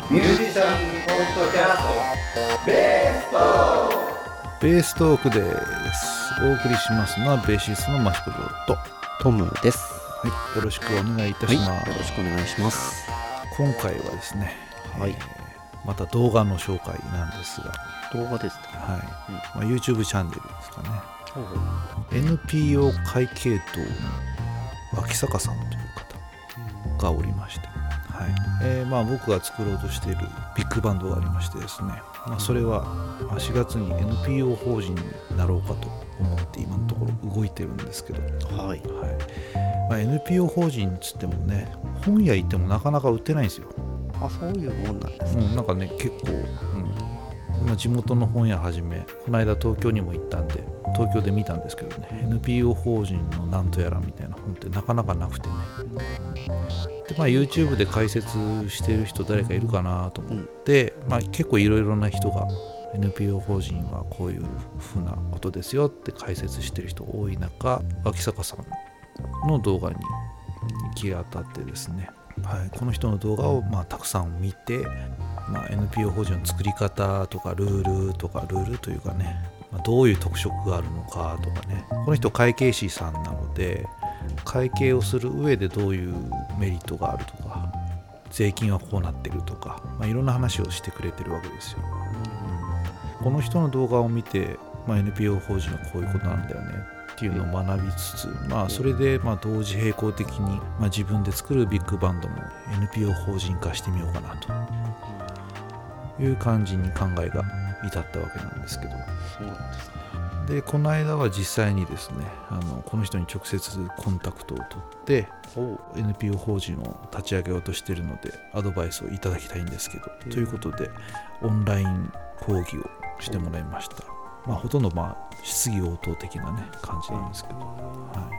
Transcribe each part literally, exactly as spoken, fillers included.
ミュージシャンポッドキャストベーストークベーストークです。お送りしますのはベーシストのマヒコとトムです。 はい、よろしくお願いいたします、 はい、よろしくお願いします。 今回はですね、 はい、 えー、また動画の紹介なんですが、 動画ですね。 はい、 うんまあ、YouTube チャンネルですかね。 うん、 エヌピーオー 会計党の脇坂さんという方がおりまして、はい、えー、まあ僕が作ろうとしているビッグバンドがありましてですね、まあ、それはしがつに エヌピーオー 法人になろうかと思って今のところ動いてるんですけど、 はい、はい、 まあ、エヌピーオー 法人っつってもね、本屋行ってもなかなか売ってないんですよ。 あ、そういうもんなんですね。 うん、なんかね結構、うん、まあ、地元の本屋はじめこの間東京にも行ったんで東京で見たんですけどね、 エヌピーオー 法人のなんとやらみたいな本ってなかなかなくてね、で、まあ、YouTube で解説してる人誰かいるかなと思って、うん、まあ、結構いろいろな人が エヌピーオー 法人はこういうふうなことですよって解説してる人多い中、脇坂さんの動画に行き当たってですね、はい、この人の動画をまあたくさん見て、まあ、エヌピーオー 法人の作り方とかルールとかルールというかね、まあ、どういう特色があるのかとかね、この人会計士さんなので会計をする上でどういうメリットがあるとか、税金はこうなってるとか、まあ、いろんな話をしてくれてるわけですよ、うん、この人の動画を見て、まあ、エヌピーオー 法人はこういうことなんだよねっていうのを学びつつ、まあ、それでまあ同時並行的に、まあ、自分で作るビッグバンドも エヌピーオー 法人化してみようかなという感じに考えが至ったわけなんですけど、 そうなんですね。 でこの間は実際にですね、あのこの人に直接コンタクトを取って エヌピーオー 法人を立ち上げようとしているのでアドバイスをいただきたいんですけど、ということでオンライン講義をしてもらいました。まあ、ほとんどまあ質疑応答的な、ね、感じなんですけど、はい、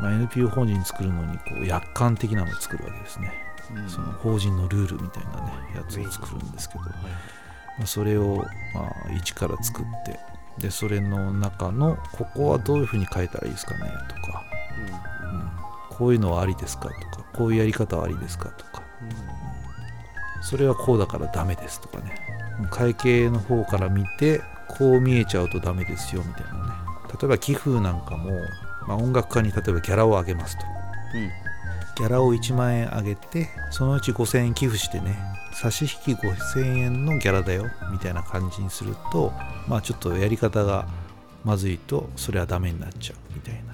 まあ、エヌピーオー 法人作るのにこう約款的なのを作るわけですね、うん、その法人のルールみたいな、ね、やつを作るんですけど、まあ、それをまあ一から作って、でそれの中のここはどういうふうに書いたらいいですかねとか、うんうん、こういうのはありですかとか、こういうやり方はありですかとか、うんうん、それはこうだからダメですとかね、会計の方から見てこう見えちゃうとダメですよみたいなね。例えば寄付なんかも、まあ、音楽家に例えばギャラをあげますと、うん、ギャラをいちまんえんあげてそのうちごせんえん寄付してね、差し引きごせんえんのギャラだよみたいな感じにすると、まあちょっとやり方がまずいとそれはダメになっちゃうみたいな、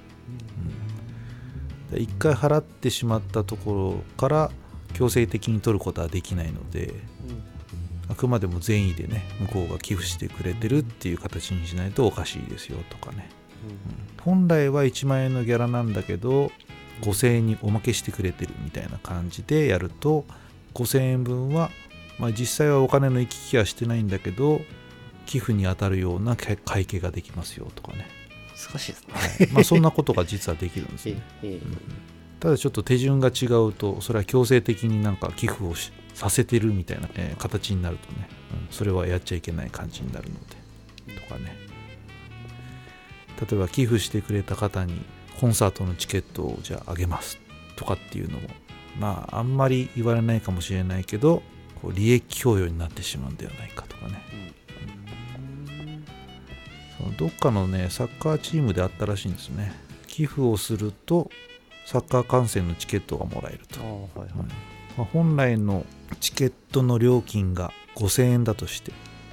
うん、一回払ってしまったところから強制的に取ることはできないので、うん、あくまでも善意でね向こうが寄付してくれてるっていう形にしないとおかしいですよとかね、うん、本来はいちまんえんのギャラなんだけどごせんえんにおまけしてくれてるみたいな感じでやるとごせんえんぶんは、まあ、実際はお金の行き来はしてないんだけど寄付に当たるような会計ができますよとかね。 難しいですね、 はい、まあ、そんなことが実はできるんですね、うん、ただちょっと手順が違うとそれは強制的になんか寄付をしさせてるみたいな、えー、形になるとね、うん、それはやっちゃいけない感じになるのでとかね。例えば寄付してくれた方にコンサートのチケットをじゃああげますとかっていうのもまああんまり言われないかもしれないけどこう利益供与になってしまうんではないかとかね、うん、そのどっかのねサッカーチームであったらしいんですね。寄付をするとサッカー観戦のチケットがもらえると、あ、はいはい、うん、まあ、本来のチケットの料金がごせんえんだとして、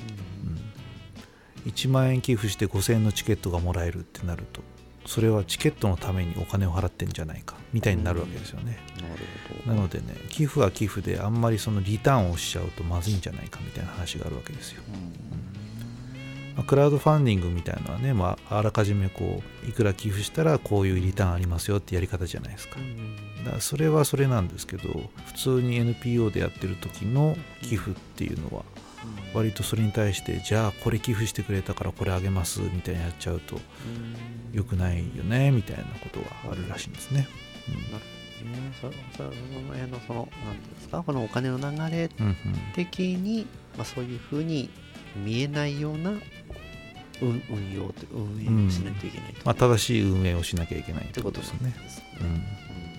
うん、いちまんえん寄付してごせんえんのチケットがもらえるってなるとそれはチケットのためにお金を払ってんじゃないかみたいになるわけですよね、うん、なるほど。なのでね寄付は寄付であんまりそのリターンをしちゃうとまずいんじゃないかみたいな話があるわけですよ、うん、まあ、クラウドファンディングみたいなのはね、まあ、あらかじめこういくら寄付したらこういうリターンありますよってやり方じゃないですか、うん、だからそれはそれなんですけど普通に エヌピーオー でやってる時の寄付っていうのは割とそれに対してじゃあこれ寄付してくれたからこれあげますみたいなやっちゃうと良くないよねみたいなことがあるらしいんですね、うん、なるほどね。そ, そ, その辺のその何ていうんですか、このお金の流れ的に、うんうん、まあ、そういうふうに見えないような運, 運用と運営をしないといけないと、 うん、まあ、正しい運営をしなきゃいけないってことですね。 ですね、うんうん、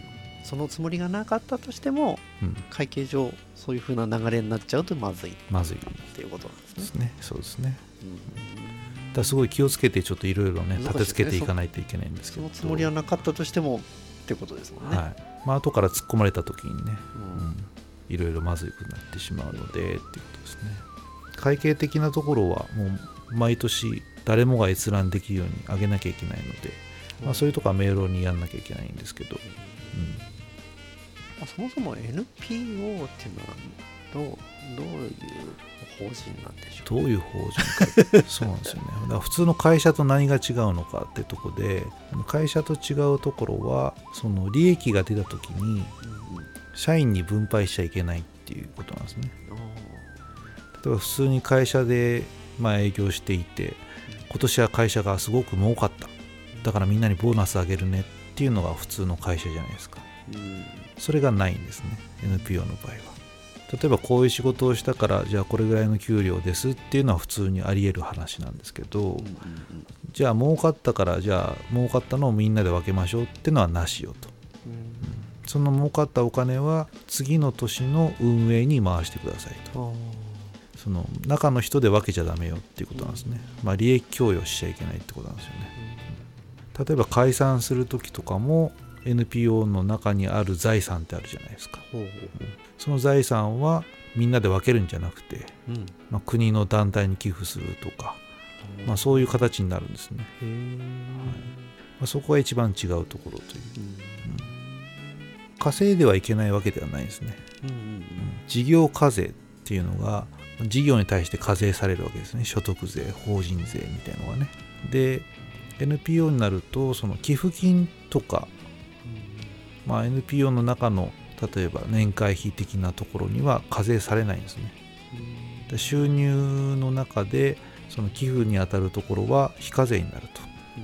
そのつもりがなかったとしても、うん、会計上そういう風な流れになっちゃうとまずいまずいっていうことなんですね。 ですね。そうですね、うん、だからすごい気をつけてちょっといろいろね立てつけていかないといけないんですけど、 そのつもりはなかったとしてもってことですもんね。 はい、まあ後から突っ込まれた時にね、いろいろまずくなってしまうのでっていうことですね。会計的なところはもう毎年誰もが閲覧できるように上げなきゃいけないので、まあ、そういうとこは明朗にやんなきゃいけないんですけど、うんまあ、そもそも エヌピーオー っていうのはどう、どういう法人なんでしょう。 どういう法人かそうなんですよね。だから普通の会社と何が違うのかってとこで、会社と違うところはその利益が出た時に社員に分配しちゃいけないっていうことなんですね。例えば普通に会社でまあ営業していて、今年は会社がすごく儲かった、だからみんなにボーナスあげるねっていうのが普通の会社じゃないですか。それがないんですね、 エヌピーオー の場合は。例えばこういう仕事をしたからじゃあこれぐらいの給料ですっていうのは普通にあり得る話なんですけど、じゃあ儲かったからじゃあ儲かったのをみんなで分けましょうっていうのはなしよと、うん、その儲かったお金は次の年の運営に回してくださいと。その中の人で分けちゃダメよっていうことなんですね。まあ利益供与しちゃいけないってことなんですよね。例えば解散する時とかも エヌピーオー の中にある財産ってあるじゃないですか。ほうほうほう。その財産はみんなで分けるんじゃなくて、うんまあ、国の団体に寄付するとか、まあ、そういう形になるんですね。はいまあ、そこが一番違うところという、うんうん、稼いではいけないわけではないですね、うんうんうん、事業課税っていうのが事業に対して課税されるわけですね。所得税、法人税みたいなのがね。で エヌピーオー になるとその寄付金とか、まあ、エヌピーオー の中の例えば年会費的なところには課税されないんですね。で収入の中でその寄付に当たるところは非課税になると。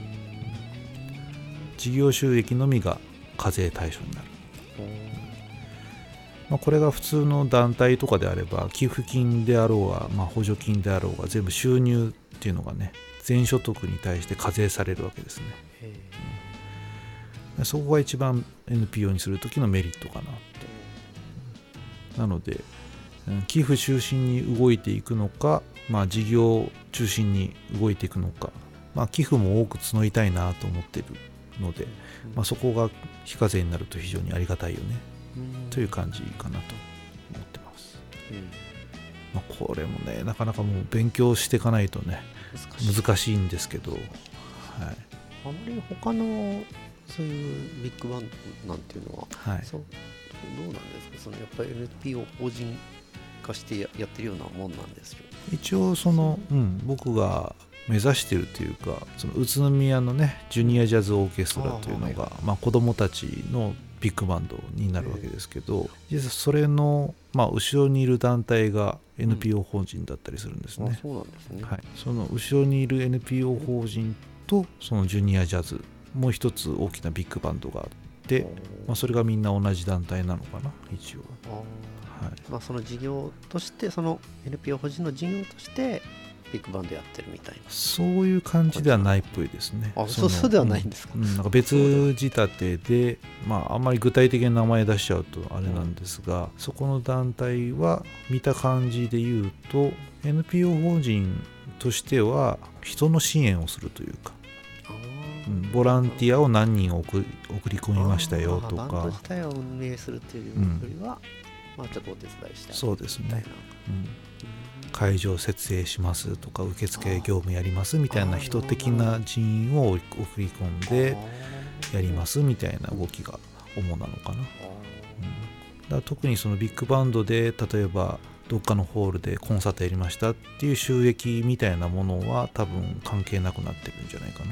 事業収益のみが課税対象になる。まあ、これが普通の団体とかであれば寄付金であろうが、まあ、補助金であろうが全部収入っていうのがね全所得に対して課税されるわけですね。うん、そこが一番 エヌピーオー にするときのメリットかなと。なので寄付中心に動いていくのか、まあ、事業中心に動いていくのか、まあ、寄付も多く募りたいなと思っているので、まあ、そこが非課税になると非常にありがたいよねという感じかなと思ってます。まあ、これもねなかなかもう勉強していかないとね難しいんですけど、はい、 あまり他のそういうビッグバンドなんていうのは、はい、そうどうなんですか。そのやっぱり エヌピーオー 法人化して や, やってるようなもんなんですよ。 一応その、うん、僕が目指しているというかその宇都宮のねジュニアジャズオーケストラというのが、はいまあ、子どもたちのビッグバンドになるわけですけど、実はそれの、まあ、後ろにいる団体が エヌピーオー 法人だったりするんですね。うん、そうなんですね。はい、その後ろにいる エヌピーオー 法人とそのジュニアジャズもう一つ大きなビッグバンドがあって、まあ、それがみんな同じ団体なのかな一応。はいまあ、その事業としてその エヌピーオー 法人の事業としてビッグバンドやってるみたいなそういう感じではないっぽいですね。 あそそうではないんですか。 うん、なんか別仕立てで、まあ、あんまり具体的な名前出しちゃうとあれなんですが、うん、そこの団体は見た感じで言うと エヌピーオー 法人としては人の支援をするというか、うん、ボランティアを何人送り、送り込みましたよとか、 バンド自体を運営するっていうよりは、うんまあ、ちょっとお手伝いしたいそうですね、うん、会場設営しますとか受付業務やりますみたいな人的な人員を送り込んでやりますみたいな動きが主なのかな、うん、だから特にそのビッグバンドで例えばどっかのホールでコンサートやりましたっていう収益みたいなものは多分関係なくなってるんじゃないかな。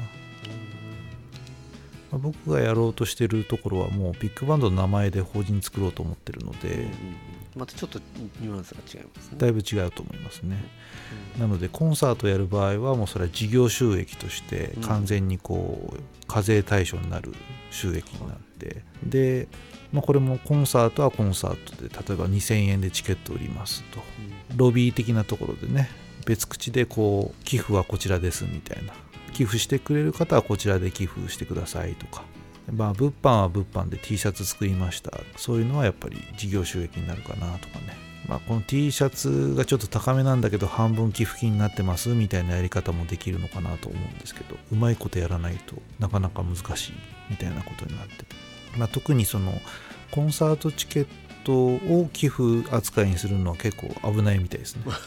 まあ、僕がやろうとしてるところはもうビッグバンドの名前で法人作ろうと思ってるので、うんうん、 またちょっとニュアンスが違いますね。 だいぶ違うと思いますね、うん、なのでコンサートやる場合はもうそれは事業収益として完全にこう課税対象になる収益になって、うん、で、まあ、これもコンサートはコンサートで例えばにせんえんでチケット売りますと、うん、ロビー的なところでね別口でこう寄付はこちらですみたいな、寄付してくれる方はこちらで寄付してくださいとか、 まあ物販は物販で T シャツ作りました、そういうのはやっぱり事業収益になるかなとかね。まあこの T シャツがちょっと高めなんだけど半分寄付金になってますみたいなやり方もできるのかなと思うんですけど、うまいことやらないとなかなか難しいみたいなことになってて、まあ、特にそのコンサートチケットを寄付扱いにするのは結構危ないみたいですね、はい、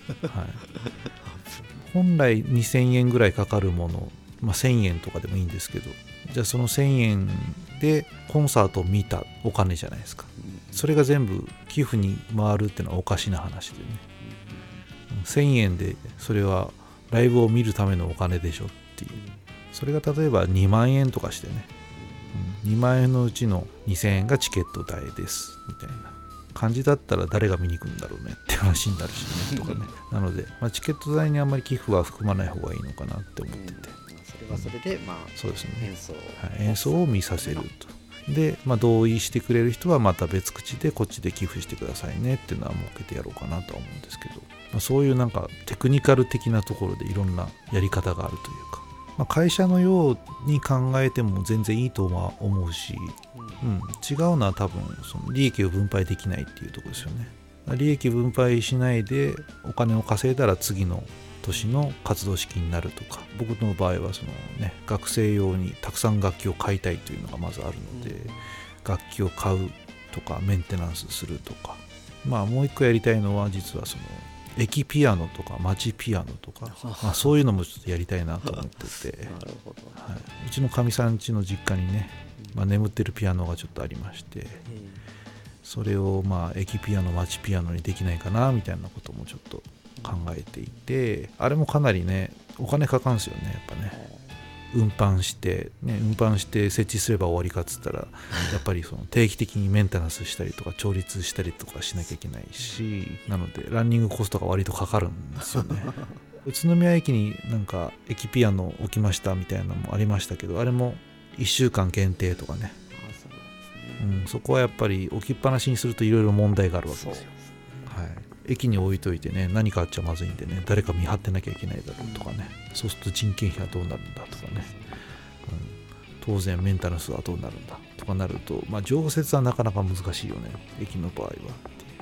本来にせんえんぐらいかかるもの、まあ、せんえんとかでもいいんですけど、じゃあそのせんえんでコンサートを見たお金じゃないですか。それが全部寄付に回るっていうのはおかしな話でね、せんえんでそれはライブを見るためのお金でしょっていう。それが例えばにまんえんとかしてね、にまんえんのうちのにせんえんがチケット代ですみたいな感じだったら誰が見に行くんだろうねって話になるしねとかね。なので、まあ、チケット代にあんまり寄付は含まない方がいいのかなって思ってて、 それはそれで、まあ、 そうですね、 演奏、 はい、演奏を見させると。で、まあ、同意してくれる人はまた別口でこっちで寄付してくださいねっていうのは設けてやろうかなとは思うんですけど、まあ、そういうなんかテクニカル的なところでいろんなやり方があるというか、まあ、会社のように考えても全然いいとは思うし、うん、違うのは多分その利益を分配できないっていうところですよね。利益分配しないでお金を稼いだら次の年の活動資金になるとか、僕の場合はその、ね、学生用にたくさん楽器を買いたいというのがまずあるので、うん、楽器を買うとかメンテナンスするとか、まあもう一個やりたいのは実はその駅ピアノとか町ピアノとか、まあ、そういうのもちょっとやりたいなと思っててなるほど、はい、うちのかみさん家の実家にね、まあ、眠ってるピアノがちょっとありまして、それをまあ駅ピアノ町ピアノにできないかなみたいなこともちょっと考えていて、あれもかなりねお金かかるんですよね。やっぱね運搬してね運搬して設置すれば終わりかっつったらやっぱりその定期的にメンテナンスしたりとか調律したりとかしなきゃいけないし、なのでランニングコストが割とかかるんですよね。宇都宮駅になんか駅ピアノ置きましたみたいなのもありましたけど、あれもいっしゅうかん限定とかね、うん、そこはやっぱり置きっぱなしにするといろいろ問題があるわけですよ。はい、駅に置いといてね何かあっちゃまずいんでね、誰か見張ってなきゃいけないだろうとかね、そうすると人件費はどうなるんだとかね、うん、当然メンテナンスはどうなるんだとかなると、まあ常設はなかなか難しいよね駅の場合はっていう、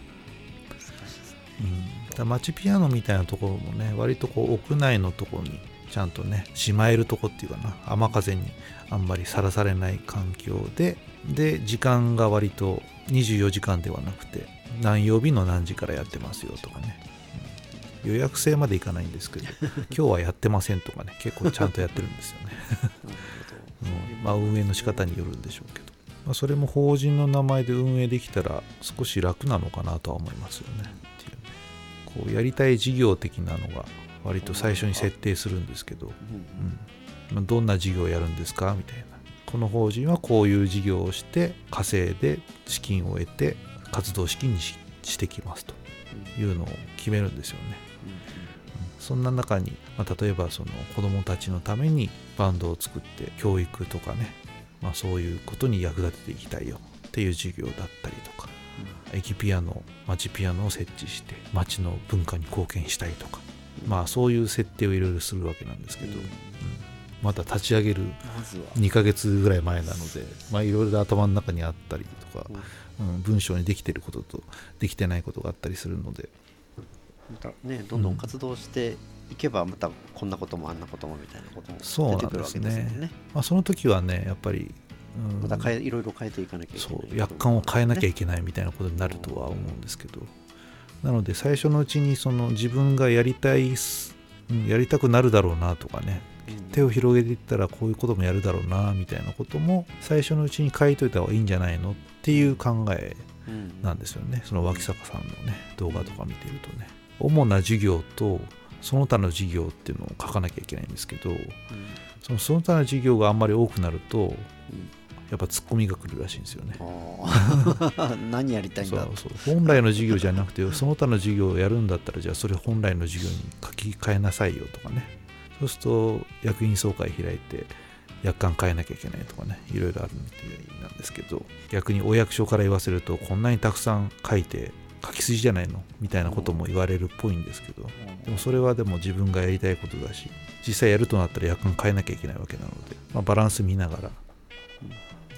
うん、だ町ピアノみたいなところもね割とこう屋内のところにちゃんとねしまえるとこっていうかな、雨風にあんまりさらされない環境でで時間が割とにじゅうよじかんではなくて何曜日の何時からやってますよとかね、うん、予約制までいかないんですけど今日はやってませんとかね結構ちゃんとやってるんですよね、うん、まあ運営の仕方によるんでしょうけど、まあ、それも法人の名前で運営できたら少し楽なのかなとは思いますよねっていうね、こうやりたい事業的なのが割と最初に設定するんですけど、うんまあ、どんな事業をやるんですかみたいな、この法人はこういう事業をして稼いで資金を得て活動資金に し, してきますというのを決めるんですよね、うんうん、そんな中に、まあ、例えばその子どもたちのためにバンドを作って教育とかね、まあ、そういうことに役立てていきたいよっていう事業だったりとか、うん、駅ピアノ町ピアノを設置して町の文化に貢献したいとか、うん、まあそういう設定をいろいろするわけなんですけど、うんうん、まだ立ち上げるにかげつぐらい前なので、まあいろいろ頭の中にあったりとか、うんうん、文章にできてることとできてないことがあったりするので、 またねどんどん活動していけばまたこんなこともあんなこともみたいなことも出てくるわけですよね。そうなんですね。 まあ、その時はねやっぱり、 うん、また変えいろいろ変えていかなきゃいけない、 そう約款を変えなきゃいけないみたいなことになるとは思うんですけど、なので最初のうちにその自分がやりたい、うん、やりたくなるだろうなとかね、手を広げていったらこういうこともやるだろうなみたいなことも最初のうちに書いといた方がいいんじゃないのっていう考えなんですよね。その脇坂さんのね動画とか見てるとね、主な授業とその他の授業っていうのを書かなきゃいけないんですけど、そのその他の授業があんまり多くなるとやっぱツッコミが来るらしいんですよね。 何やりたいんだ。 そうそう本来の授業じゃなくてその他の授業をやるんだったらじゃあそれ本来の授業に書き換えなさいよとかね、そうすると役員総会開いて約款変えなきゃいけないとかね、いろいろあるみたいなんですけど、逆にお役所から言わせるとこんなにたくさん書いて書きすぎじゃないのみたいなことも言われるっぽいんですけど、でもそれはでも自分がやりたいことだし実際やるとなったら約款変えなきゃいけないわけなので、まあ、バランス見ながら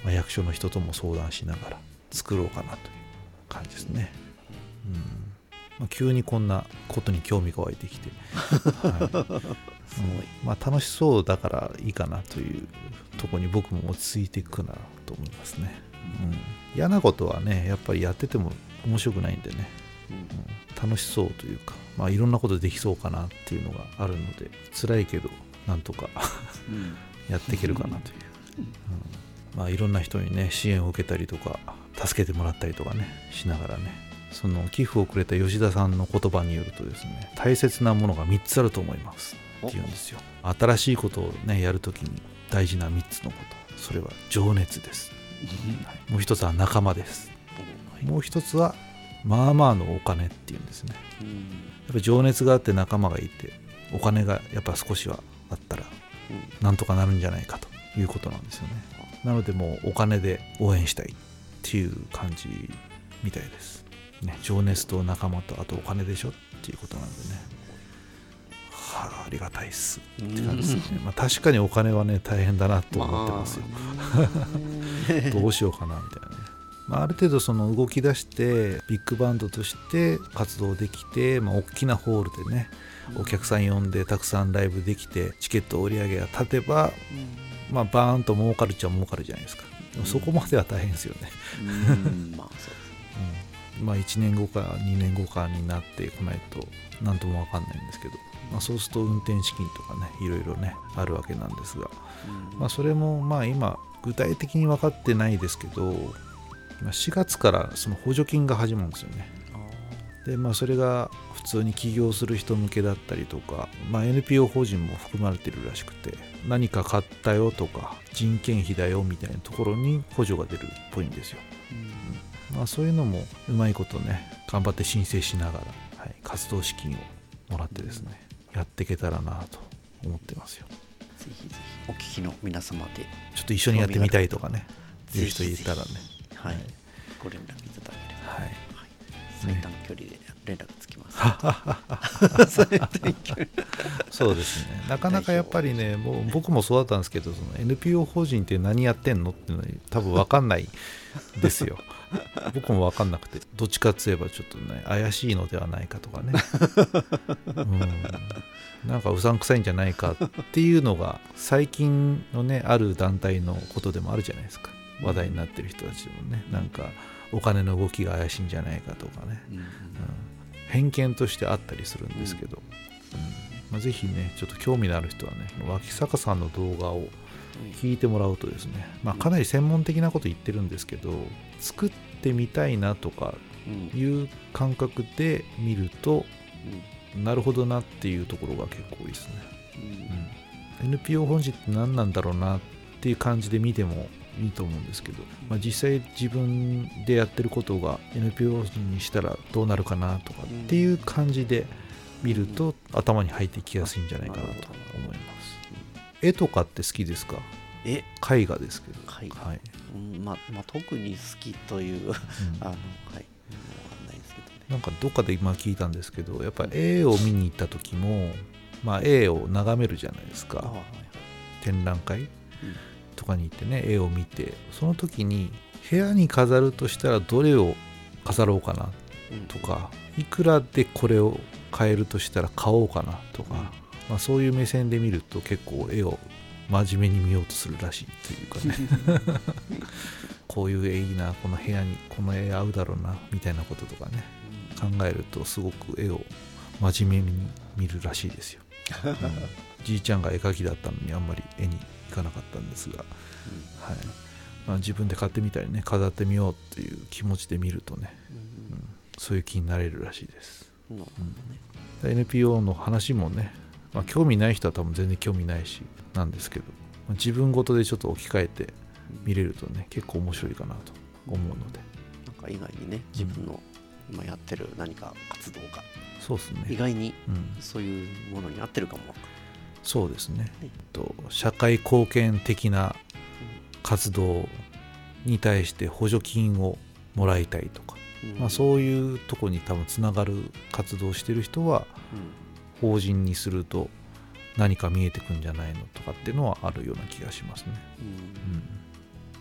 まあ、役所の人とも相談しながら作ろうかなという感じですね、うんまあ、急にこんなことに興味が湧いてきて、はいすごい、まあ、楽しそうだからいいかなというところに僕も落ち着いていくかなと思いますね、うん、嫌なことはねやっぱりやってても面白くないんでね、うん、楽しそうというか、まあ、いろんなことできそうかなっていうのがあるので辛いけどなんとかやっていけるかなという、うんまあ、いろんな人にね支援を受けたりとか助けてもらったりとかねしながらねその寄付をくれた吉田さんの言葉によるとですね大切なものがみっつあると思いますって言うんですよ。新しいことをねやるときに大事なみっつのことそれは情熱です、はい、もう一つは仲間です、もう一つはまあまあのお金っていうんですね。やっぱ情熱があって仲間がいてお金がやっぱ少しはあったらなんとかなるんじゃないかということなんですよね。なのでもうお金で応援したいっていう感じみたいです、ね、情熱と仲間とあとお金でしょっていうことなんでね、はあ、ありがたいっすって感じですね、まあ、確かにお金はね大変だなと思ってますよ、まあ、どうしようかなみたいなね、まあ、ある程度その動き出してビッグバンドとして活動できて、まあ、大きなホールでねお客さん呼んでたくさんライブできてチケット売り上げが立てば、まあ、バーンと儲かるっちゃ儲かるじゃないですか。でもそこまでは大変ですよね。 うんまあそうです、 うんまあ、いちねんごかにねんごかになってこないと何とも分かんないんですけど、まあ、そうすると運転資金とかねいろいろねあるわけなんですが、まあ、それもまあ今具体的に分かってないですけどしがつからその補助金が始まるんですよね。でまあ、それが普通に起業する人向けだったりとか、まあ、エヌピーオー 法人も含まれているらしくて何か買ったよとか人件費だよみたいなところに補助が出るっぽいんですよ、うんまあ、そういうのもうまいことね頑張って申請しながら、はい、活動資金をもらってですね、うん、やっていけたらなと思ってますよ。 ぜひぜひお聞きの皆様でちょっと一緒にやってみたいとかねいう人いたらね、 はいはい、ご連絡いただければ、 はい最短距離で連絡つきます、 ね、そうですね。なかなかやっぱりねもう僕もそうだったんですけどその エヌピーオー 法人って何やってんのっていうのに多分分かんないですよ僕も分かんなくてどっちかって言えばちょっとね怪しいのではないかとかね、うん、なんかうさんくさいんじゃないかっていうのが最近のねある団体のことでもあるじゃないですか。話題になってる人たちでもねなんかお金の動きが怪しいんじゃないかとかね、うんうん、偏見としてあったりするんですけど、うんうんまあ、ぜひねちょっと興味のある人はね脇坂さんの動画を聞いてもらうとですね、まあ、かなり専門的なこと言ってるんですけど作ってみたいなとかいう感覚で見ると、うん、なるほどなっていうところが結構多いですね、うんうん、エヌピーオー 本人って何なんだろうなっていう感じで見てもいいと思うんですけど、まあ、実際自分でやってることが エヌピーオー にしたらどうなるかなとかっていう感じで見ると頭に入ってきやすいんじゃないかなと思います。絵とかって好きですか？ 絵絵画ですけど絵画、はいうんままあ、特に好きという、うん、あのはい分かんないですけどね。 なんかどっかで今聞いたんですけどやっぱり絵を見に行った時も、まあ、絵を眺めるじゃないですか、はいはい、展覧会、うんとかに行ってね絵を見てその時に部屋に飾るとしたらどれを飾ろうかなとか、いくらでこれを買えるとしたら買おうかなとか、まあ、そういう目線で見ると結構絵を真面目に見ようとするらしいというかねこういう絵いいなこの部屋にこの絵合うだろうなみたいなこととかね考えるとすごく絵を真面目に見るらしいですよ、うん、じいちゃんが絵描きだったのにあんまり絵にいかなかったんですが、うんはいまあ、自分で買ってみたりね飾ってみようっていう気持ちで見るとね、うんうん、そういう気になれるらしいです、うんうん、エヌピーオー の話もね、まあ、興味ない人は多分全然興味ないしなんですけど、まあ、自分ごとでちょっと置き換えて見れるとね結構面白いかなと思うので、 なんか意外にね自分の今やってる何か活動が、 そうですね意外にそういうものに合ってるかも、 そうですね、えっと、社会貢献的な活動に対して補助金をもらいたいとか、うんまあ、そういうとこに多分つながる活動をしてる人は、うん、法人にすると何か見えてくんじゃないのとかっていうのはあるような気がしますね、うんうん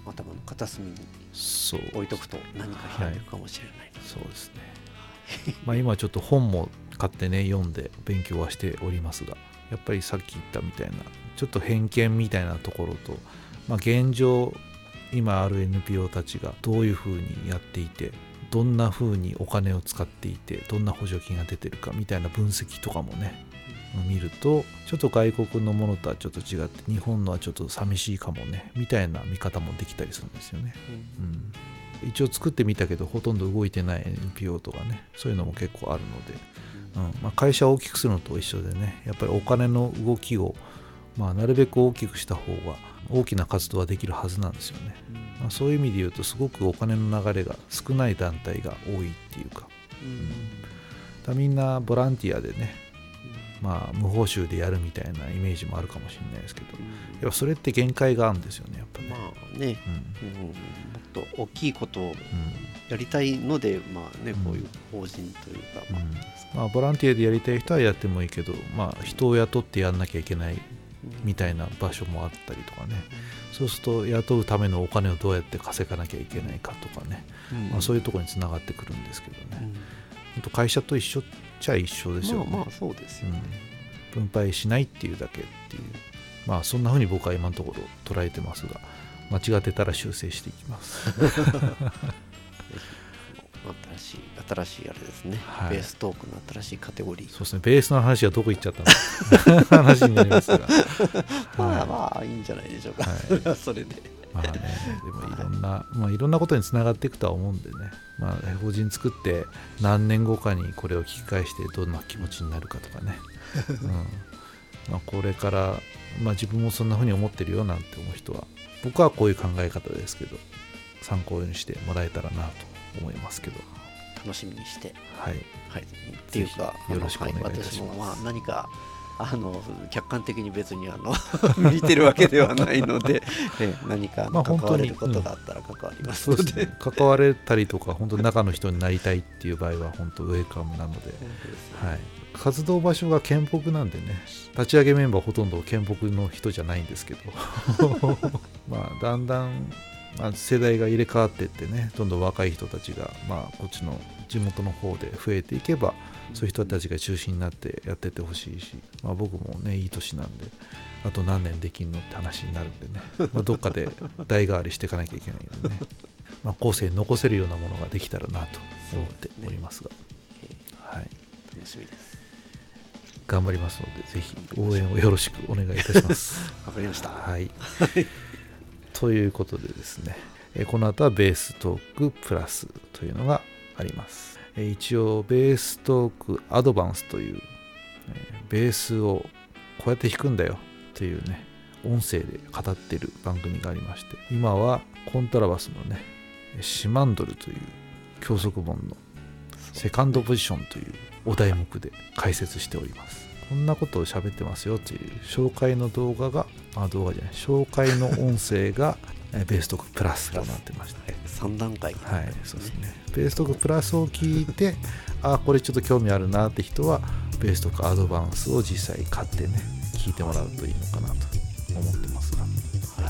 頭の片隅にそう置いとくと何か開けるかもしれない、はい、 そうですねまあ今ちょっと本も買ってね読んで勉強はしておりますが、やっぱりさっき言ったみたいなちょっと偏見みたいなところと、まあ、現状今ある エヌピーオー たちがどういうふうにやっていて、どんなふうにお金を使っていて、どんな補助金が出てるかみたいな分析とかもね見ると、ちょっと外国のものとはちょっと違って日本のはちょっと寂しいかもねみたいな見方もできたりするんですよね、うんうん、一応作ってみたけどほとんど動いてない エヌピーオー とかね、そういうのも結構あるので、うんまあ、会社を大きくするのと一緒でね、やっぱりお金の動きを、まあ、なるべく大きくした方が大きな活動はできるはずなんですよね、うんまあ、そういう意味で言うとすごくお金の流れが少ない団体が多いっていうか、うん、だみんなボランティアでね、まあ、無報酬でやるみたいなイメージもあるかもしれないですけど、うん、やっぱそれって限界があるんですよね、やっぱね。 まあね、うんうん、もっと大きいことをやりたいので、まあね、こういう法人というか、まあ、 うんまあ、ボランティアでやりたい人はやってもいいけど、まあ、人を雇ってやんなきゃいけないみたいな場所もあったりとかね、うん、そうすると雇うためのお金をどうやって稼がなきゃいけないかとかね、うんまあ、そういうところにつながってくるんですけどね、うん、本当会社と一緒っちゃ一緒ですよね。 まあまあそうですよね、 うん、分配しないっていうだけっていう、まあそんな風に僕は今のところ捉えてますが、間違ってたら修正していきます新しい新しいあれですね、はい、ベーストークの新しいカテゴリー。 そうですね、ベースの話はどこ行っちゃったの話になりますがまあまあいいんじゃないでしょうか、はい、それでまあね、でもいろんな、はい、まあ、いろんなことにつながっていくとは思うんでね、まあ、法人作って何年後かにこれを聞き返してどんな気持ちになるかとかね、うんまあ、これから、まあ、自分もそんな風に思ってるよなんて思う人は、僕はこういう考え方ですけど参考にしてもらえたらなと思いますけど、 楽しみにして、 はい、 はい、っていうかよろしくお願いいたします。 私もまあ何かあの客観的に別にあの見てるわけではないのでえ何か関われることがあったら関わりますので、うん、そうですね、 関われたりとか本当に中の人になりたいっていう場合は本当ウェルカムなので、はい、活動場所が県北なんでね、立ち上げメンバーほとんど県北の人じゃないんですけどまあだんだんまあ世代が入れ替わっていってね、どんどん若い人たちがまあこっちの地元の方で増えていけば、そういう人たちが中心になってやってってほしいし、まあ、僕もねいい年なんであと何年できんのって話になるんでね、まあ、どっかで代替わりしていかなきゃいけないのでねまあ後世に残せるようなものができたらなと思っておりますが、はい、 楽しみです。 頑張りますのでぜひ応援をよろしくお願いいたしますわかりました、 はいということでですね、この後はベーストークプラスというのがあります。一応ベーストークアドバンスというベースをこうやって弾くんだよというね音声で語っている番組がありまして、今はコントラバスのねシマンドルという教則本のセカンドポジションというお題目で解説しております。こんなことを喋ってますよという紹介の動画が、あ、動画じゃない、紹介の音声がベーストークプラスとなってました、ね、 さん段階、ね、 はい、そうですね。ベーストークプラスを聞いてあ、これちょっと興味あるなって人はベーストークアドバンスを実際買ってね聞いてもらうといいのかなと思ってますが、はい、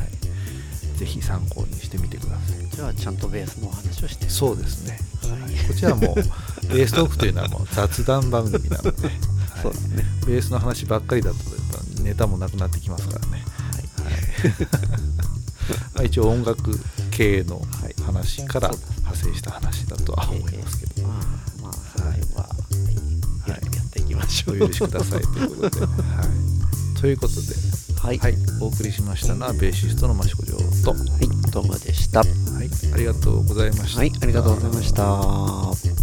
ぜひ参考にしてみてください。 じゃあちゃんとベースのお話をして、 そうですね、はい、こちらもベーストークというのはもう雑談番組なので、はい、そうですね、ベースの話ばっかりだとネタもなくなってきますからね、はいはい、一応音楽系の話から派生した話だとは思いますけど、 まあまあそれはやっていきましょう。 お許しくださいということで、はい、ということで、はいはい、お送りしましたのはベーシストの益子城と、 はい、トムでした。はい、 ありがとうございました。 はい、ありがとうございました。